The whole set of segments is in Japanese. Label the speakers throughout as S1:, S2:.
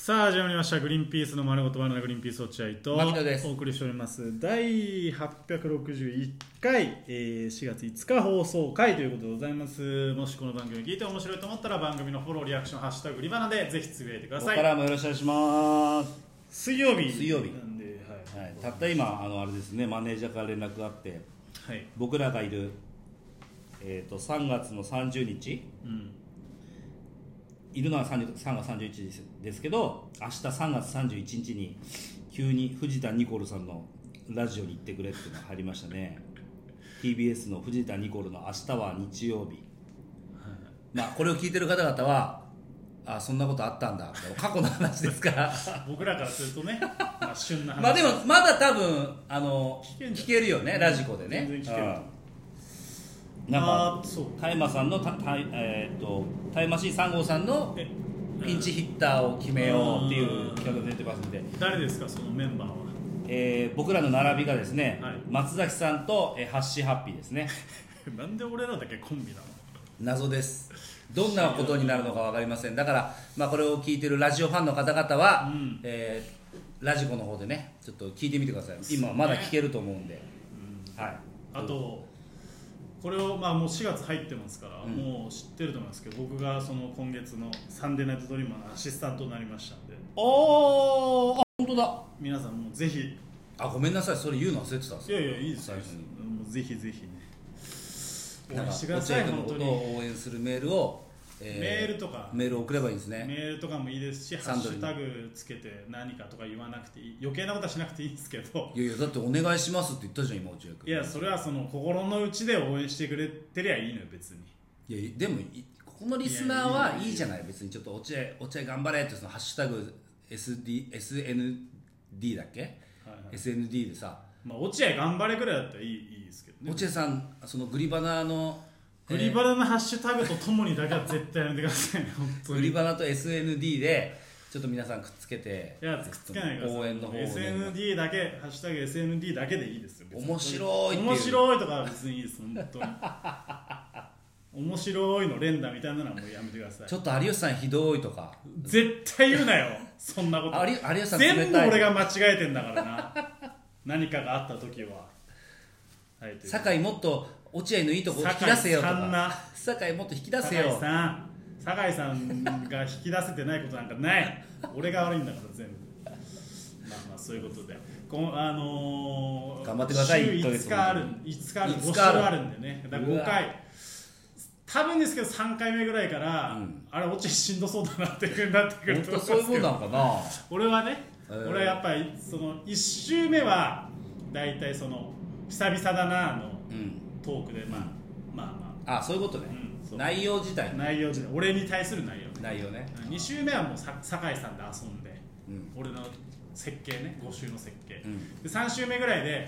S1: さあ始まりました。グリーンピースの丸ごとバナナグリーンピース落合と
S2: 牧野です。
S1: お送りしております第861回、4月5日放送回ということでございます。もしこの番組を聞いて面白いと思ったら番組のフォローリアクションハッシュタググリバナでぜひつぶやいてください。
S2: ここからもよろしくお願いします。
S1: 水曜日
S2: なん
S1: で、
S2: はい、たった今あれですね、マネージャーから連絡があって、
S1: はい、
S2: 僕らがいる、3月の30日、いるのは3月31日ですけど、明日3月31日に急に藤田ニコルさんのラジオに行ってくれっていうのが入りましたね。 TBS の藤田ニコルの明日は日曜日、まあこれを聞いてる方々はそんなことあったんだ過去の話ですから
S1: 僕らからするとね、旬な話
S2: まあでもまだ多分聞けるよね、ラジコでね。
S1: 全然聞ける。
S2: なんかタイマさんのタイマシーン3号さんのピンチヒッターを決めようっていう企画が出てますんで。
S1: 誰ですかそのメンバーは。
S2: 僕らの並びがですね、
S1: はい、
S2: 松崎さんとハッシーハッピーですね
S1: なんで俺らだけコンビなの。
S2: 謎です。どんなことになるのか分かりません。だから、まあ、これを聞いてるラジオファンの方々は、ラジコの方でねちょっと聞いてみてください。今まだ聞けると思うんで、はい。
S1: あとこれをもう4月入ってますから、もう知ってると思いますけど、僕がその今月のサンデーナイトドリーマーのアシスタントになりましたんで。
S2: 本当だ。
S1: 皆さんもうぜひ。
S2: ごめんなさい、それ言うの忘れてたんですよ。
S1: いやいいですよ。もうぜひぜひね、応援してください。
S2: 本当に応援するメールを、
S1: メール
S2: を送ればいいんですね。
S1: メールとかもいいですし、ハッシュタグつけて何かとか言わなくていい、余計なことはしなくていいんですけど。
S2: いやだってお願いしますって言ったじゃん今落合君。
S1: いやそれはその心の内で応援してくれてりゃいいのよ別に。
S2: いやでもここのリスナーはいいじゃない。別にちょっと落合頑張れってそのハッシュタグ SND だっけ、SND でさ、
S1: 落合頑張れぐらいだったらいいですけどね。
S2: 落合さんそのグリバナの
S1: グリバナのハッシュタグとともにだけは絶対やめてくださいね本当に。
S2: グリバナと SND でちょっと皆さんくっつけて、
S1: いやくっつけないから
S2: 応援の方を、ね、
S1: SND だけハッシュタグ SND だけでいいですよ。
S2: 面白いっていう、
S1: 面白いとかは別にいいです本当に面白いの連打みたいなのはもうやめてください。
S2: ちょっと有吉さんひどいとか
S1: 絶対言うなよそんなこと。
S2: 有吉さん
S1: 全部俺が間違えてんだからな何かがあった時は、はい、
S2: 酒井もっと落合のいいとこ引き出せよとか、酒井もっと引き出せよ。
S1: 酒井さんが引き出せてないことなんかない俺が悪いんだから全部まあそういうことで
S2: 頑張ってください。
S1: 週5日ある5週あるんでね。だから5回多分ですけど3回目ぐらいから、あれ落合しんどそうだなっていう風になってくると思いますけど。
S2: そういうもんなのかな。
S1: 俺はね、俺はやっぱりその1週目はだいたいその久々だなのトークで
S2: そういうことね、内容自体
S1: 俺に対する内容
S2: ね。
S1: 2週目はもう酒井さんで遊んで、俺の設計ね5週の設計、で3週目ぐらいで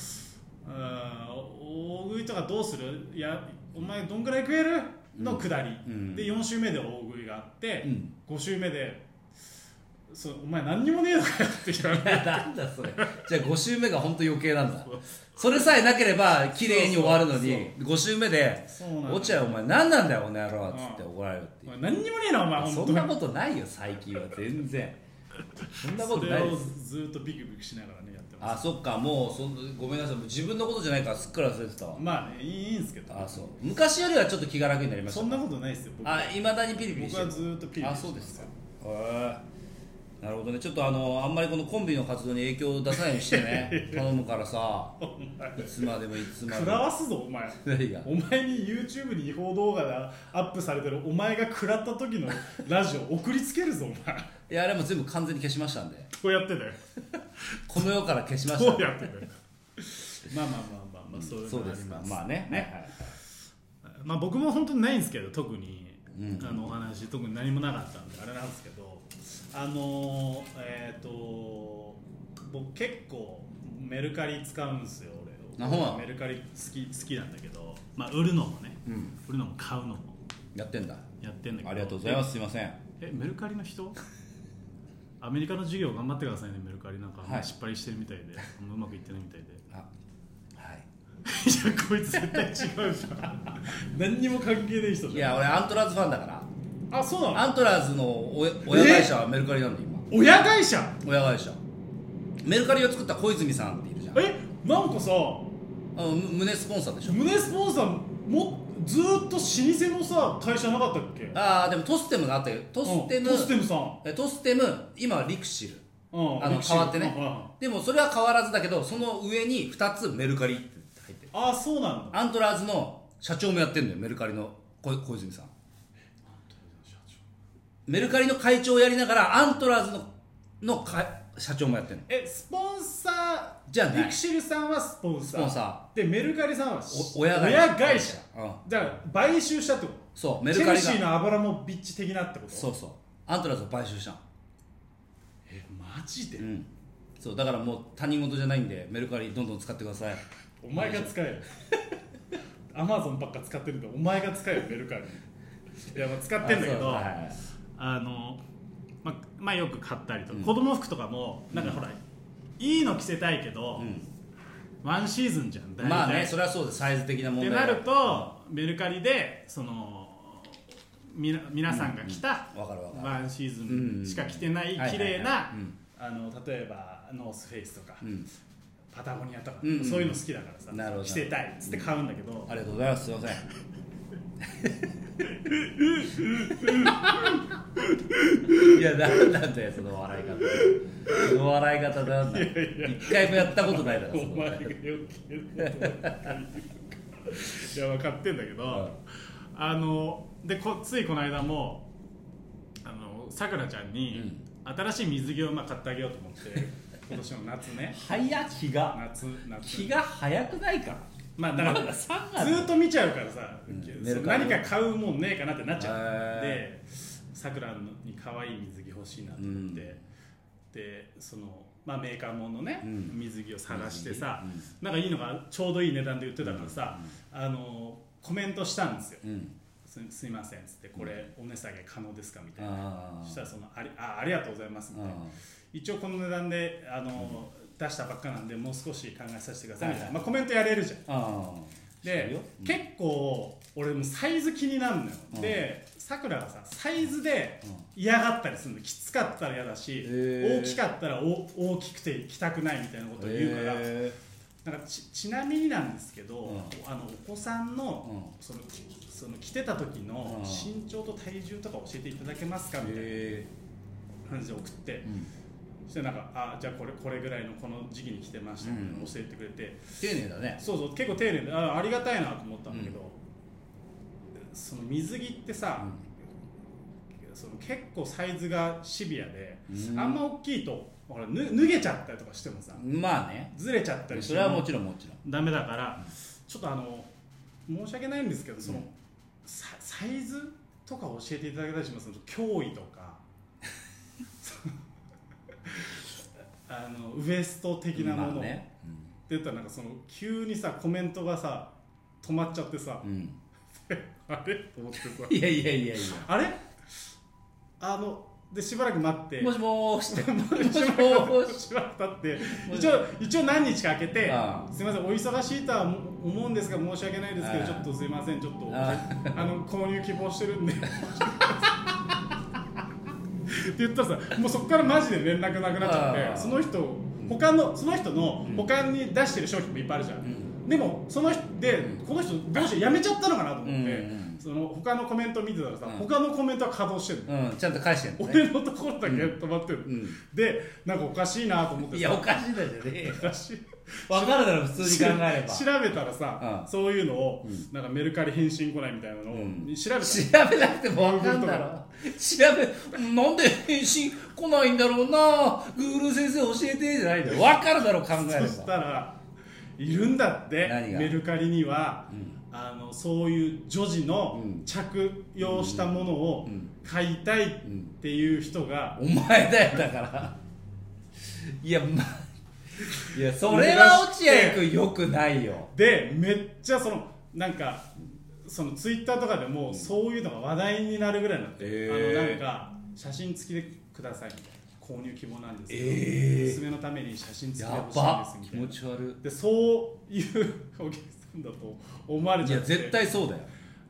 S1: 大食いとかどうする、いやお前どんぐらい食えるのくだり、で4週目で大食いがあって、5週目でお前何にもねえのかよって言われて
S2: なんだそれ。じゃあ5週目が本当余計なんだ。それさえなければ綺麗に終わるのに、5週目で落合お前何なんだよこの野郎っつって怒られるっていう。
S1: 何にもねえなお前。
S2: そんなことないよ最近は全然。そんなことないです。
S1: それをずっとビクビクしながらねやってます。
S2: そっか、もうごめんなさい、自分のことじゃないからすっから忘れてたわ。
S1: まあね、いいんですけど。
S2: そう昔よりはちょっと気が楽になりました。
S1: そんなことないですよ。
S2: いまだにピリピリしてる。
S1: 僕はずっとピリピリしてます。
S2: そうですか。なるほどね。ちょっとあんまりこのコンビの活動に影響を出さないようにしてね頼むからさいつまでも
S1: 食らわすぞお前。
S2: 何が。
S1: お前に YouTube に違法動画でアップされてるお前が食らった時のラジオ送りつけるぞお前。
S2: いやあれも全部完全に消しましたんで。
S1: どうやってだよ
S2: この世から消しました。
S1: どうやってだよまあそういうのあります。
S2: まあね、
S1: 僕も本当にないんですけど特にお話特に何もなかったんであれなんですけど、僕結構メルカリ使うんですよ俺。メルカリ好きなんだけど、売るのもね、売るのも買うのも
S2: やってんだ
S1: けど。
S2: ありがとうございます。すいません。
S1: メルカリの人アメリカの授業頑張ってくださいね。メルカリなんか失敗してるみたいで、うまくいってないみたいで。いやこいつ絶対違うじゃん何にも関係ない人じゃん。
S2: いや俺アントラーズファンだから。
S1: そうなの。
S2: アントラーズの親会社はメルカリなんで今。
S1: 親会社
S2: メルカリを作った小泉さんっているじゃん。
S1: なんかさ
S2: 胸スポンサーでしょ。
S1: 胸スポンサーもずーっと老舗のさ会社なかったっけ？
S2: ああ、でもトステムがあったけど、トステム
S1: さん、
S2: トステム今はリクシル、変わってね、でもそれは変わらずだけど、その上に2つメルカリって入ってる。
S1: ああ、そうなんだ。
S2: アントラーズの社長もやってるんだよ、メルカリの小泉さん。メルカリの会長をやりながらアントラーズの社長もやってるの。
S1: スポンサー
S2: じゃない。
S1: リクシルさんはスポンサーで、メルカリさんは
S2: 親会社、
S1: だから買収したってこと。
S2: そう、メルカリが
S1: チェルシーのアブラモビッチ的なってこと。
S2: そうそう、アントラーズを買収したの。
S1: マジで、
S2: そうだからもう他人事じゃないんで、メルカリどんどん使ってください。
S1: お前が使えよアマゾンばっか使ってるんでお前が使えよメルカリ。いや、使ってんだけど、まあよく買ったりとか、子供服とかもなんかほら、いいの着せたいけど、ワンシーズンじゃん。
S2: まあね、それはそうです、サイズ的な問題
S1: ってなると、メルカリでその皆さんが着たワンシーズンしか着てない綺麗な、例えばノースフェイスとか、パタゴニアとか、そういうの好きだからさ、着せたいっつって買うんだけど、
S2: ありがとうございます。すいませんいや、なんなんだよその笑い方。その笑い方なんだ。一回もやったことないだろ。
S1: お前がよく言うことばっかりいや、分かってんだけど、でついこの間もさくらちゃんに新しい水着を買ってあげようと思って今年の夏ね。
S2: 早っ、気が早くないか。
S1: だからずっと見ちゃうからさ、何か買うもんねえかなってなっちゃう。で、さくらに可愛い水着欲しいなと思って、でそのメーカーもんのね、水着を探してさ、なんかいいのがちょうどいい値段で売ってたからさ、コメントしたんですよ。すいませんっつって、これお値下げ可能ですかみたいな。そしたらありがとうございますみたいな。一応この値段で出したばっかなんでもう少し考えさせてくださいみたいな、コメントやれるじゃん。で、結構俺もサイズ気になるのよ。で、さくらがさサイズで嫌がったりするの。きつかったら嫌だし、大きかったら大きくて着たくないみたいなことを言うから、なんかちなみになんですけど、お子さんのその着てた時の身長と体重とか教えていただけますかみたいな感じで送って、そしてなんかじゃあこれぐらいのこの時期に着てましたみたいなの教えてくれて、
S2: 丁寧だね。
S1: そう結構丁寧でありがたいなと思ったんだけど、その水着ってさ、その結構サイズがシビアで、あんま大きいとほら脱げちゃったりとかしてもさ、
S2: まあね、
S1: ずれちゃったりして
S2: それはもちろん
S1: ダメだから、ちょっと申し訳ないんですけど、そのサイズとか教えていただけたりします？脅威とかウエスト的なものって言ったら、なんかその急にさコメントがさ止まっちゃってさ、あれと思ってさ、
S2: いや
S1: あれでしばらく待って、
S2: もしもーしって
S1: しばらく経って一応何日か空けて、すみませんお忙しいとは思うんですが申し訳ないですけど、ちょっとすいません、ちょっと購入希望してるんでって言ったらさ、もうそこからマジで連絡なくなっちゃって、その人の他に出してる商品もいっぱいあるじゃん。でもその人でこの人どうしてやめちゃったのかなと思って、その他のコメント見てたらさ、他のコメントは稼働してるの、
S2: ちゃんと返してるのね。
S1: 俺のところだけ止まってる、でなんかおかしいなと思ってさ、
S2: いやおかしいだじゃねえよ、
S1: おかしい
S2: 分かるだろ普通に考えれば。
S1: 調べたらさ、そういうのをなんかメルカリ返信来ないみたいなのを
S2: 調べなくても分かるだろ。なんで返信来ないんだろうな、Google 先生教えてじゃないんだよ、分かるだろ考えれば。
S1: そしたらいるんだって、メルカリには、そういう女児の着用したものを買いたいっていう人が、
S2: お前だよだからいやそれは落合君よくないよ。
S1: でめっちゃなんかそのツイッターとかでもそういうのが話題になるぐらいになって、なんか写真付きでくださいみたいな、購入希望なんですけど、娘のために写真付きで欲しいんですみたいな。
S2: 気持ち悪い。
S1: でそういうお客さんだと思われちゃって、
S2: いや絶対そうだよ。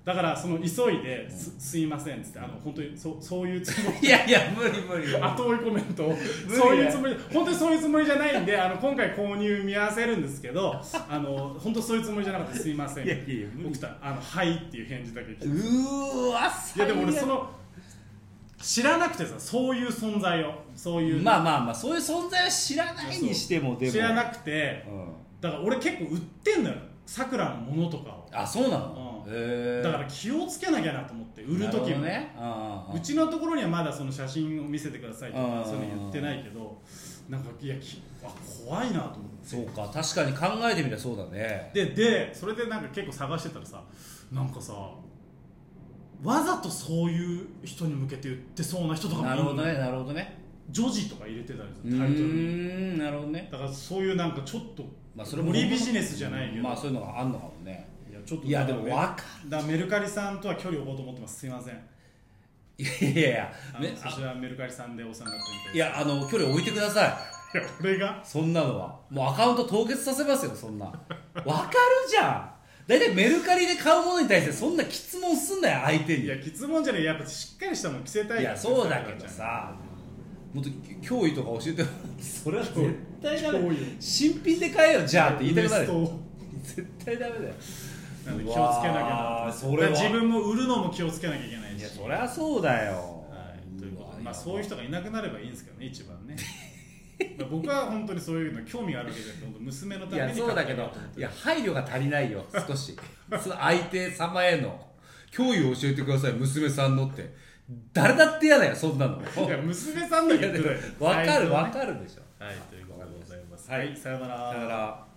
S1: だからその急いで、すいませんっつって本当にそういうつもり
S2: いやいや無理
S1: 後追いコメントをそういうつもり本当にそういうつもりじゃないんで今回購入見合わせるんですけど本当そういうつもりじゃなかったすいません
S2: いや
S1: 僕はいっていう返事だけ来て
S2: い
S1: やでも俺知らなくてさそういう存在をそういう
S2: まあそういう存在は知らないにしてもでも
S1: 知らなくて、だから俺結構売ってんのよさくらのものとかを
S2: そうなの、
S1: だから気をつけなきゃなと思って売る時も
S2: ね
S1: うちのところにはまだその写真を見せてくださいとかそういうの言ってないけどなんか怖いなと思って
S2: そうか確かに考えてみたらそうだね
S1: でそれでなんか結構探してたらさなんかさわざとそういう人に向けて言ってそうな人とかもいるの。
S2: なるほどね
S1: 女児とか入れてたんですよタイトルに。
S2: なるほどね
S1: だからそういうなんかちょっと
S2: それも
S1: 森ビジネスじゃないけど
S2: そういうのがあんのかもね
S1: いや
S2: でも分か
S1: るだからメルカリさんとは距離を置こうと思ってます。すいません。
S2: いや
S1: そちらメルカリさんでお世話になってみたいです。
S2: いや距離置いてください。
S1: いや俺が
S2: そんなのはもうアカウント凍結させますよそんな分かるじゃん。だいたいメルカリで買うものに対してそんな質問すんなよ相手に。
S1: いや質問じゃねえやっぱしっかりしたもの着せたい。
S2: いやそうだけどさもっと脅威とか教えてもらってそれは絶対ダメ。新品で買えよじゃあって言いたくなるよ。絶対ダメだよ。
S1: なんで気をつけなきゃな。それは自分も売るのも気をつけなきゃいけないし。
S2: いやそりゃそうだよ。
S1: ということでそういう人がいなくなればいいんですけどね一番ね。僕は本当にそういうの興味があるわけじゃなくて娘のために
S2: いやそうだけど配慮が足りないよ少し相手様への脅威を教えてください娘さんのって誰だって嫌だよそんなの。
S1: いや娘さんだけど
S2: 分かるでしょ。
S1: はいということでございます。はいさよなら。
S2: さよなら。